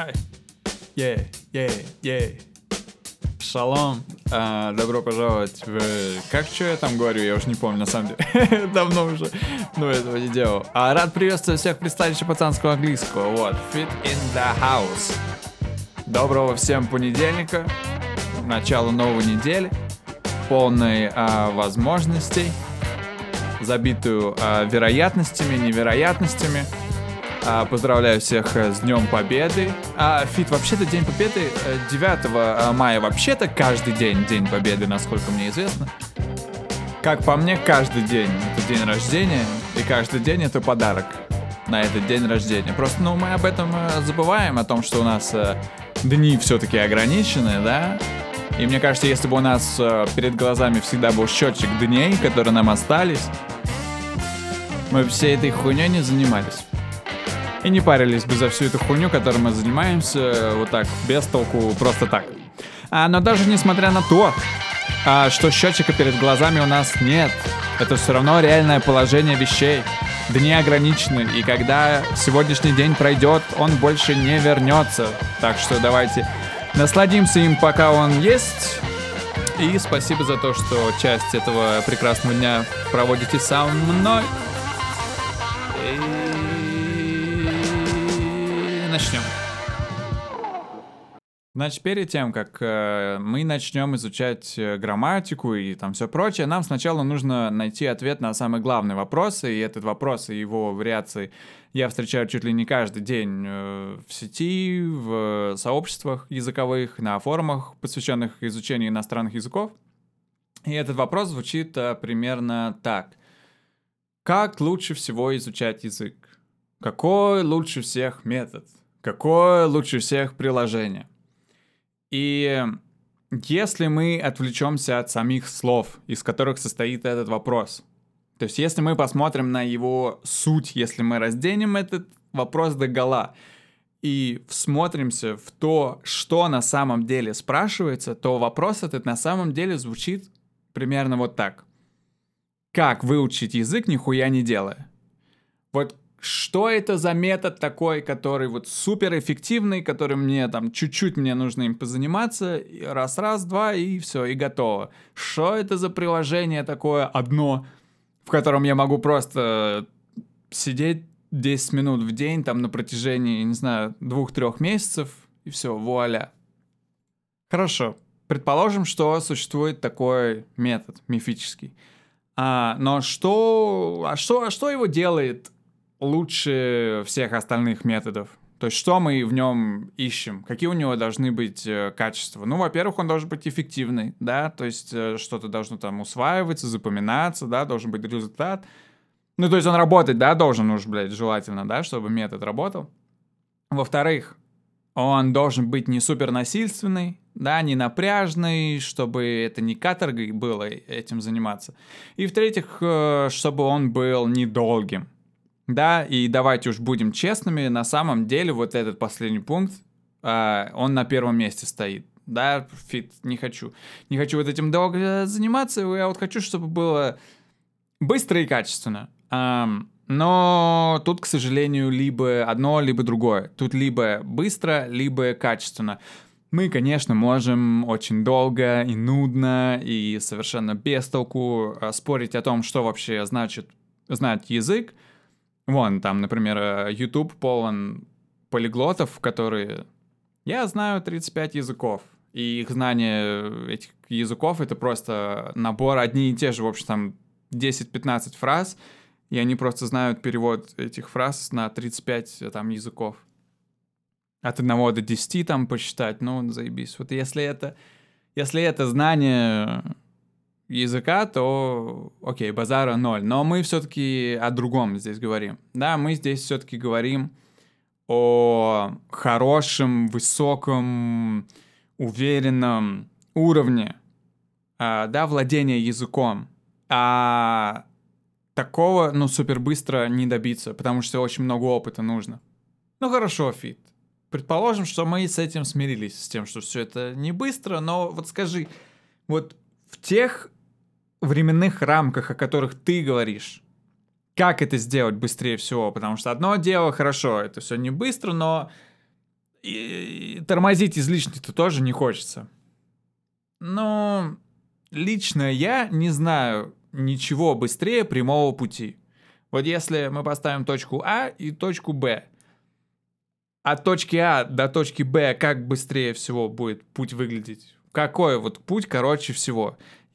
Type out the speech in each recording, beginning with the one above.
Ай. Ей. Шалом. Добро пожаловать в... Что я там говорю? Я уже не помню, на самом деле. Давно уже этого не делал. Рад приветствовать всех представителей пацанского английского. Вот. Fit in the house. Доброго всем понедельника. Начало новой недели. Полной возможностей. Забитую вероятностями, невероятностями. Поздравляю всех с Днем Победы. Фит, вообще-то День Победы 9 мая вообще-то каждый день День Победы, насколько мне известно. Как по мне, каждый день это день рождения, и каждый день это подарок на этот день рождения. Просто, мы об этом забываем, о том, что у нас дни все-таки ограничены, да? И мне кажется, если бы у нас перед глазами всегда был счетчик дней, которые нам остались, мы всей этой хуйней не занимались. И не парились бы за всю эту хуйню, которой мы занимаемся, вот так, без толку, просто так. Но даже несмотря на то, что счетчика перед глазами у нас нет, это все равно реальное положение вещей. Дни ограничены, и когда сегодняшний день пройдет, он больше не вернется. Так что давайте насладимся им, пока он есть. И спасибо за то, что часть этого прекрасного дня проводите со мной. Начнем. Значит, перед тем, как мы начнем изучать грамматику и там все прочее, нам сначала нужно найти ответ на самый главный вопрос, и этот вопрос и его вариации я встречаю чуть ли не каждый день в сети, в сообществах языковых, на форумах, посвященных изучению иностранных языков. И этот вопрос звучит примерно так. Как лучше всего изучать язык? Какой лучше всех метод? Какое лучше всех приложение? И если мы отвлечемся от самих слов, из которых состоит этот вопрос, то есть если мы посмотрим на его суть, если мы разденем этот вопрос догола и всмотримся в то, что на самом деле спрашивается, то вопрос этот на самом деле звучит примерно вот так. Как выучить язык, нихуя не делая? Вот что это за метод такой, который вот суперэффективный, который мне там чуть-чуть мне нужно им позаниматься, раз, два, и все, и готово. Что это за приложение такое одно, в котором я могу просто сидеть 10 минут в день там на протяжении, не знаю, 2-3 месяцев, и все, вуаля. Хорошо, предположим, что существует такой метод мифический. Но что его делает лучше всех остальных методов? То есть что мы в нем ищем? Какие у него должны быть качества? Во-первых, он должен быть эффективный, да, то есть что-то должно там усваиваться, запоминаться, да, должен быть результат. То есть он работать, да, должен уж, желательно, да, чтобы метод работал. Во-вторых, он должен быть не супернасильственный, да, не напряжный, чтобы это не каторгой было этим заниматься. И в-третьих, чтобы он был недолгим. Да, и давайте уж будем честными, на самом деле вот этот последний пункт, он на первом месте стоит. Да, фит, не хочу вот этим долго заниматься, я вот хочу, чтобы было быстро и качественно. Но тут, к сожалению, либо одно, либо другое. Тут либо быстро, либо качественно. Мы, конечно, можем очень долго и нудно, и совершенно без толку спорить о том, что вообще значит знать язык. Там, например, YouTube полон полиглотов, которые... Я знаю 35 языков, и их знание этих языков — это просто набор одни и те же, в общем, там 10-15 фраз, и они просто знают перевод этих фраз на 35 там языков. От 1 до 10 там посчитать, заебись. Вот если это знание языка, то окей, базара 0. Но мы все-таки о другом здесь говорим. Да, мы здесь все-таки говорим о хорошем, высоком, уверенном уровне, владения языком. Такого, супер быстро не добиться, потому что очень много опыта нужно. Хорошо, Фит. Предположим, что мы с этим смирились, с тем, что все это не быстро, но вот скажи, вот в тех временных рамках, о которых ты говоришь, как это сделать быстрее всего? Потому что одно дело, хорошо, это все не быстро, но И тормозить излишне-то тоже не хочется. Но лично я не знаю ничего быстрее прямого пути. Вот если мы поставим точку А и точку Б, от точки А до точки Б как быстрее всего будет путь выглядеть? Какой вот путь короче всего?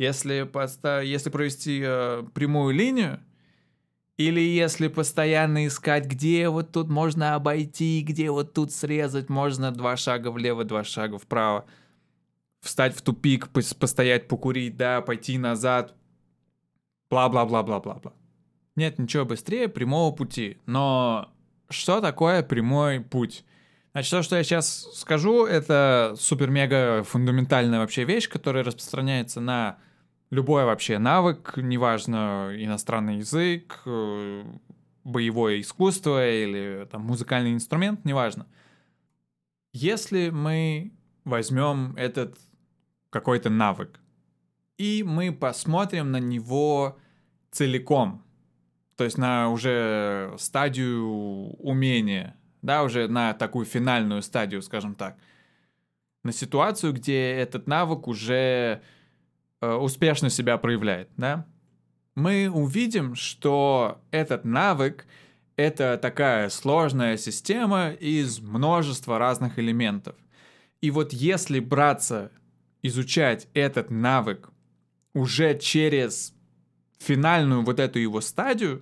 Если провести прямую линию, или если постоянно искать, где вот тут можно обойти, где вот тут срезать, можно 2 шага влево, 2 шага вправо, встать в тупик, постоять, покурить, да, пойти назад, бла-бла-бла-бла-бла-бла. Нет ничего быстрее прямого пути. Но что такое прямой путь? Значит, то, что я сейчас скажу, это супер-мега фундаментальная вообще вещь, которая распространяется на любой вообще навык, неважно, иностранный язык, боевое искусство или там музыкальный инструмент, неважно. Если мы возьмем этот какой-то навык, и мы посмотрим на него целиком, то есть на уже стадию умения, да, уже на такую финальную стадию, скажем так, на ситуацию, где этот навык уже успешно себя проявляет, да, мы увидим, что этот навык — это такая сложная система из множества разных элементов. И вот если браться изучать этот навык уже через финальную вот эту его стадию,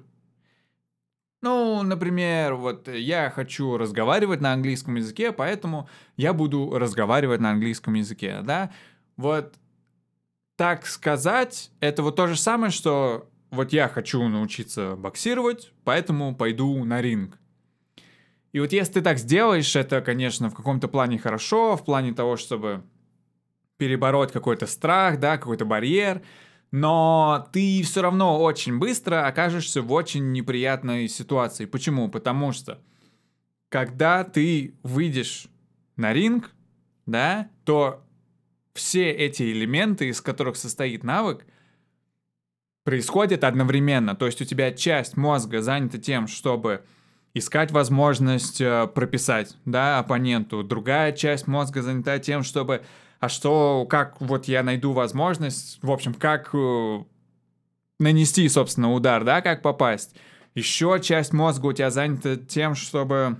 ну, например, вот я хочу разговаривать на английском языке, поэтому я буду разговаривать на английском языке, да? Вот так сказать, это вот то же самое, что вот я хочу научиться боксировать, поэтому пойду на ринг. И вот если ты так сделаешь, это, конечно, в каком-то плане хорошо, в плане того, чтобы перебороть какой-то страх, да, какой-то барьер, но ты все равно очень быстро окажешься в очень неприятной ситуации. Почему? Потому что когда ты выйдешь на ринг, да, то все эти элементы, из которых состоит навык, происходят одновременно. То есть у тебя часть мозга занята тем, чтобы искать возможность прописать, да, оппоненту. Другая часть мозга занята тем, чтобы как вот я найду возможность, в общем, как нанести, собственно, удар, да, как попасть. Еще часть мозга у тебя занята тем, чтобы,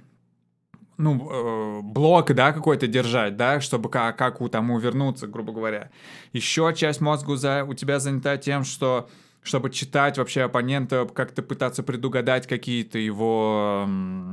блок, да, какой-то держать, да, чтобы как у тому вернуться, грубо говоря. Еще часть мозга у тебя занята тем, чтобы читать вообще оппонента, как-то пытаться предугадать какие-то его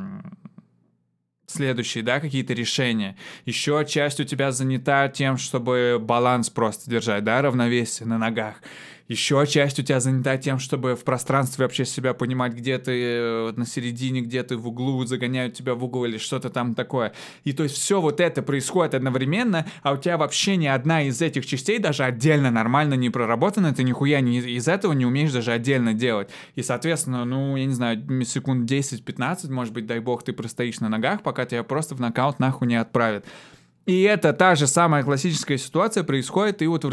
следующие, да, какие-то решения. Еще часть у тебя занята тем, чтобы баланс просто держать, да, равновесие на ногах. Еще часть у тебя занята тем, чтобы в пространстве вообще себя понимать, где ты на середине, где ты в углу, загоняют тебя в угол или что-то там такое. И то есть все вот это происходит одновременно, а у тебя вообще ни одна из этих частей даже отдельно нормально не проработана, ты нихуя из этого не умеешь даже отдельно делать. И, соответственно, я не знаю, секунд 10-15, может быть, дай бог, ты простоишь на ногах, пока тебя просто в нокаут нахуй не отправят. И это та же самая классическая ситуация происходит и вот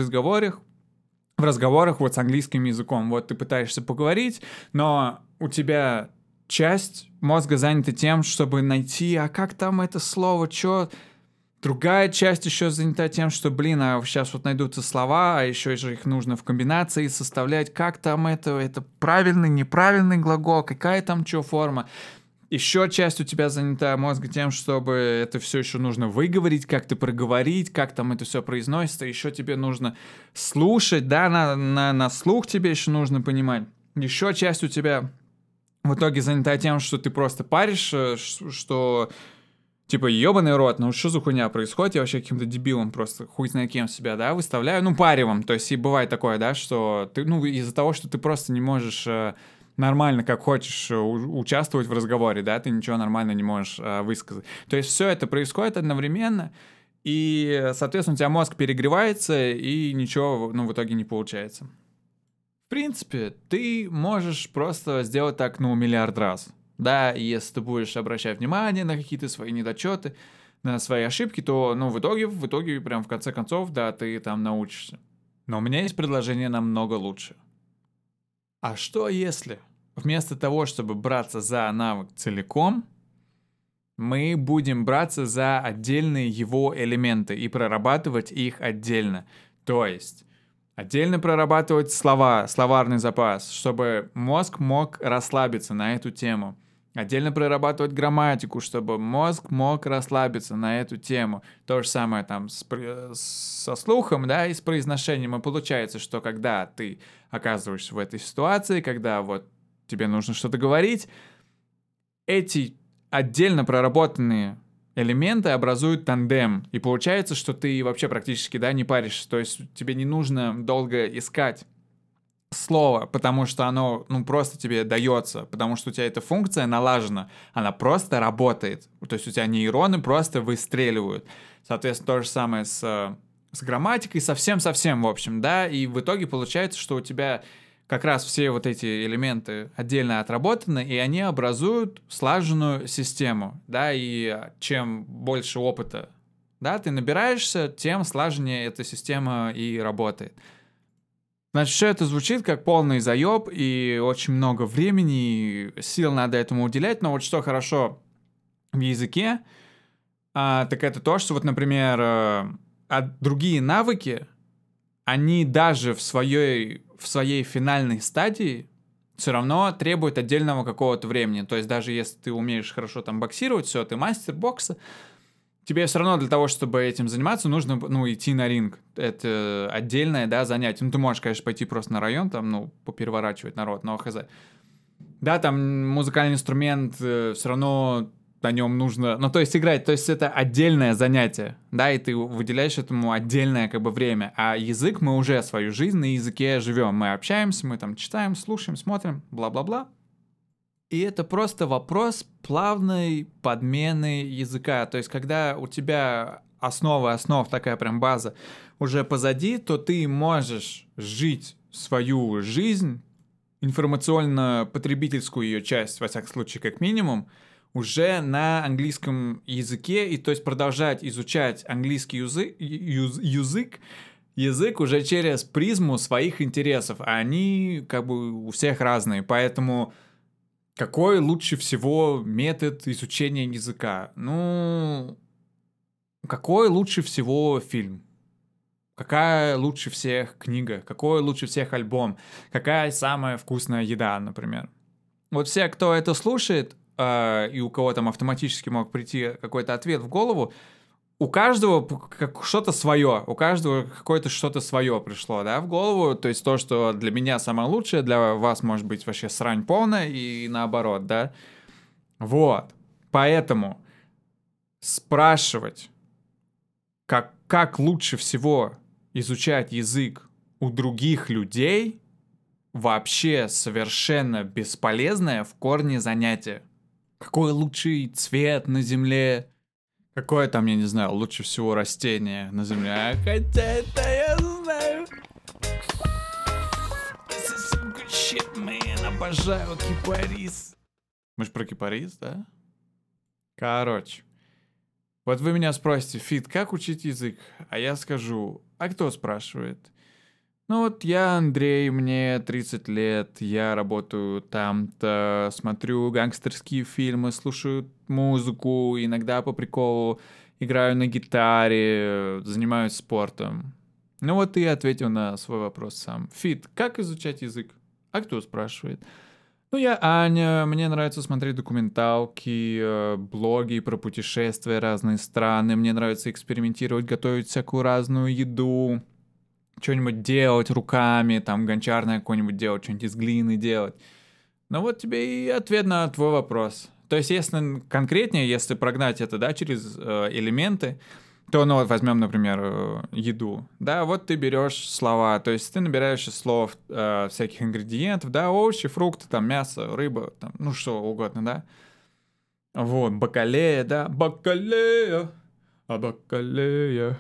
в разговорах вот с английским языком. Вот ты пытаешься поговорить, но у тебя часть мозга занята тем, чтобы найти, а как там это слово, чё? Другая часть еще занята тем, что, а сейчас вот найдутся слова, а еще же их нужно в комбинации составлять, как там это правильный, неправильный глагол, какая там чё форма. Еще часть у тебя занята мозга тем, чтобы это все еще нужно выговорить, как-то проговорить, как там это все произносится. Еще тебе нужно слушать, да, на слух тебе еще нужно понимать. Еще часть у тебя в итоге занята тем, что ты просто паришь, что типа, ебаный рот, ну что за хуйня происходит? Я вообще каким-то дебилом просто хуй знает кем себя, да, выставляю. Паривом. То есть и бывает такое, да, что ты, из-за того, что ты просто не можешь нормально, как хочешь, участвовать в разговоре, да, ты ничего нормально не можешь высказать. То есть все это происходит одновременно, и, соответственно, у тебя мозг перегревается, и ничего, в итоге не получается. В принципе, ты можешь просто сделать так, миллиард раз. Да, и если ты будешь обращать внимание на какие-то свои недочеты, на свои ошибки, то, в итоге, прям в конце концов, да, ты там научишься. Но у меня есть предложение намного лучше. А что если вместо того, чтобы браться за навык целиком, Мы будем браться за отдельные его элементы и прорабатывать их отдельно. То есть отдельно прорабатывать слова, словарный запас, чтобы мозг мог расслабиться на эту тему. Отдельно прорабатывать грамматику, чтобы мозг мог расслабиться на эту тему. То же самое там со слухом, да, и с произношением. И получается, что когда ты оказываешься в этой ситуации, когда вот тебе нужно что-то говорить, эти отдельно проработанные элементы образуют тандем. И получается, что ты вообще практически, да, не паришься. То есть тебе не нужно долго искать слово, потому что оно, ну, просто тебе дается, потому что у тебя эта функция налажена, она просто работает. То есть у тебя нейроны просто выстреливают. Соответственно, то же самое с грамматикой, совсем-совсем, в общем, да, и в итоге получается, что у тебя как раз все вот эти элементы отдельно отработаны, и они образуют слаженную систему, да, и чем больше опыта, да, ты набираешься, тем слаженнее эта система и работает. Значит, все это звучит как полный заеб, и очень много времени и сил надо этому уделять, но вот что хорошо в языке, так это то, что вот, например, другие навыки, они даже в своей финальной стадии все равно требуют отдельного какого-то времени. То есть даже если ты умеешь хорошо там боксировать, все, ты мастер бокса, тебе все равно для того, чтобы этим заниматься, нужно, ну, идти на ринг. Это отдельное, да, занятие. Ну, ты можешь, конечно, пойти просто на район, там, ну, попереворачивать народ, но хз. Да, там музыкальный инструмент, все равно на нем нужно, ну, то есть играть, то есть это отдельное занятие, да, и ты выделяешь этому отдельное, как бы, время. А язык, мы уже свою жизнь на языке живем. Мы общаемся, мы там читаем, слушаем, смотрим, бла-бла-бла. И это просто вопрос плавной подмены языка. То есть, когда у тебя основа основ, такая прям база, уже позади, то ты можешь жить свою жизнь, информационно-потребительскую ее часть, во всяком случае, как минимум, уже на английском языке, и то есть продолжать изучать английский язык уже через призму своих интересов, а они как бы у всех разные, поэтому какой лучше всего метод изучения языка? Ну, какой лучше всего фильм? Какая лучше всех книга? Какой лучше всех альбом? Какая самая вкусная еда, например? Вот все, кто это слушает, и у кого там автоматически мог прийти какой-то ответ в голову, у каждого что-то свое, у каждого какое-то что-то свое пришло, да, в голову. То есть то, что для меня самое лучшее, для вас может быть вообще срань полная и наоборот, да. Вот. Поэтому спрашивать, как лучше всего изучать язык у других людей, вообще совершенно бесполезное в корне занятие. Какой лучший цвет на земле? Какое там, я не знаю, лучше всего растение на земле? Хотя это я знаю. Shit, man, обожаю кипарис. Мы же про кипарис, да? Короче. Вот вы меня спросите, Фит, как учить язык? А я скажу, а кто спрашивает? Ну вот я Андрей, мне 30 лет, я работаю там-то, смотрю гангстерские фильмы, слушаю музыку, иногда по приколу играю на гитаре, занимаюсь спортом. Ну вот ты ответил на свой вопрос сам. Фит, как изучать язык? А кто спрашивает? Ну, я Аня, мне нравится смотреть документалки, блоги про путешествия, разные страны, мне нравится экспериментировать, готовить всякую разную еду, что-нибудь делать руками, там, гончарное какое-нибудь делать, что-нибудь из глины делать. Ну, вот тебе и ответ на твой вопрос. То есть, если конкретнее, если прогнать это, да, через элементы, то, ну, вот возьмем, например, еду, да, вот ты берешь слова, то есть ты набираешь из слов всяких ингредиентов, да, овощи, фрукты, там, мясо, рыба, там, ну, что угодно, да. Вот, бакалея, да, бакалея, а бакалея.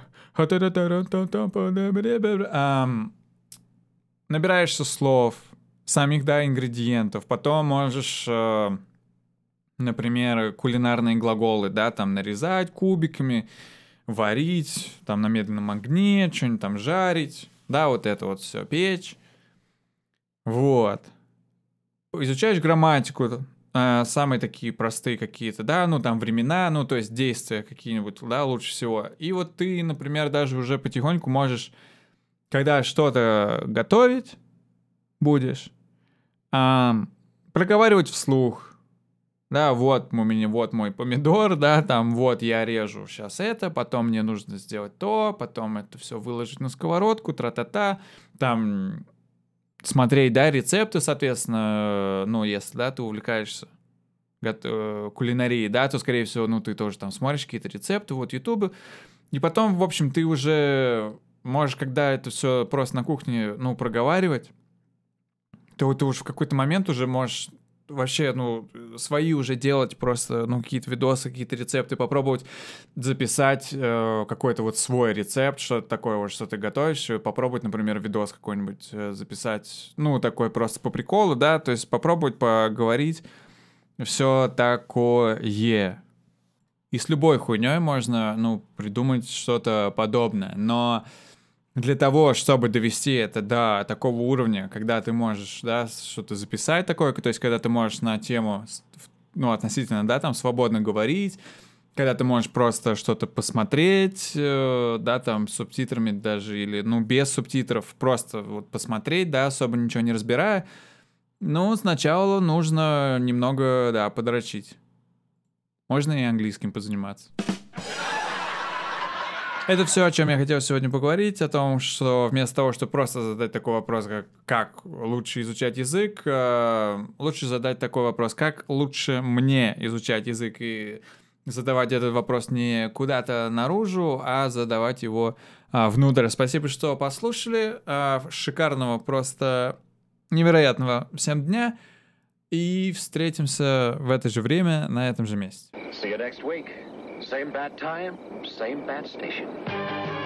Набираешься слов, самих, да, ингредиентов, потом можешь, например, кулинарные глаголы, да, там, нарезать кубиками, варить, там, на медленном огне, что-нибудь там жарить, да, вот это вот все, печь. Вот. Изучаешь грамматику, самые такие простые какие-то, да, ну там времена, ну то есть действия какие-нибудь, да, лучше всего. И вот ты, например, даже уже потихоньку можешь, когда что-то готовить будешь, проговаривать вслух. Да, вот у меня, вот мой помидор, да, там вот я режу сейчас это, потом мне нужно сделать то, потом это все выложить на сковородку, тра-та-та, там смотреть, да, рецепты, соответственно, ну, если, да, ты увлекаешься кулинарией, да, то, скорее всего, ну, ты тоже там смотришь какие-то рецепты, вот, ютубы, и потом, в общем, ты уже можешь, когда это все просто на кухне, ну, проговаривать, то ты уж в какой-то момент уже можешь вообще, ну, свои уже делать просто, ну, какие-то видосы, какие-то рецепты, попробовать записать какой-то вот свой рецепт, что-то такое вот, что ты готовишь, и попробовать, например, видос какой-нибудь записать, ну, такой просто по приколу, да, то есть попробовать поговорить, все такое. И с любой хуйней можно, ну, придумать что-то подобное, но для того, чтобы довести это до такого уровня, когда ты можешь, да, что-то записать такое, то есть когда ты можешь на тему, ну, относительно, да, там, свободно говорить, когда ты можешь просто что-то посмотреть, да, там, с субтитрами даже, или, ну, без субтитров, просто вот посмотреть, да, особо ничего не разбирая, ну, сначала нужно немного, да, подрочить. Можно и английским позаниматься. Это все, о чем я хотел сегодня поговорить, о том, что вместо того, чтобы просто задать такой вопрос, как лучше изучать язык, лучше задать такой вопрос, как лучше мне изучать язык, и задавать этот вопрос не куда-то наружу, а задавать его внутрь. Спасибо, что послушали. Шикарного, просто невероятного всем дня. И встретимся в это же время на этом же месте. See you next week. Same bat time, same bat station.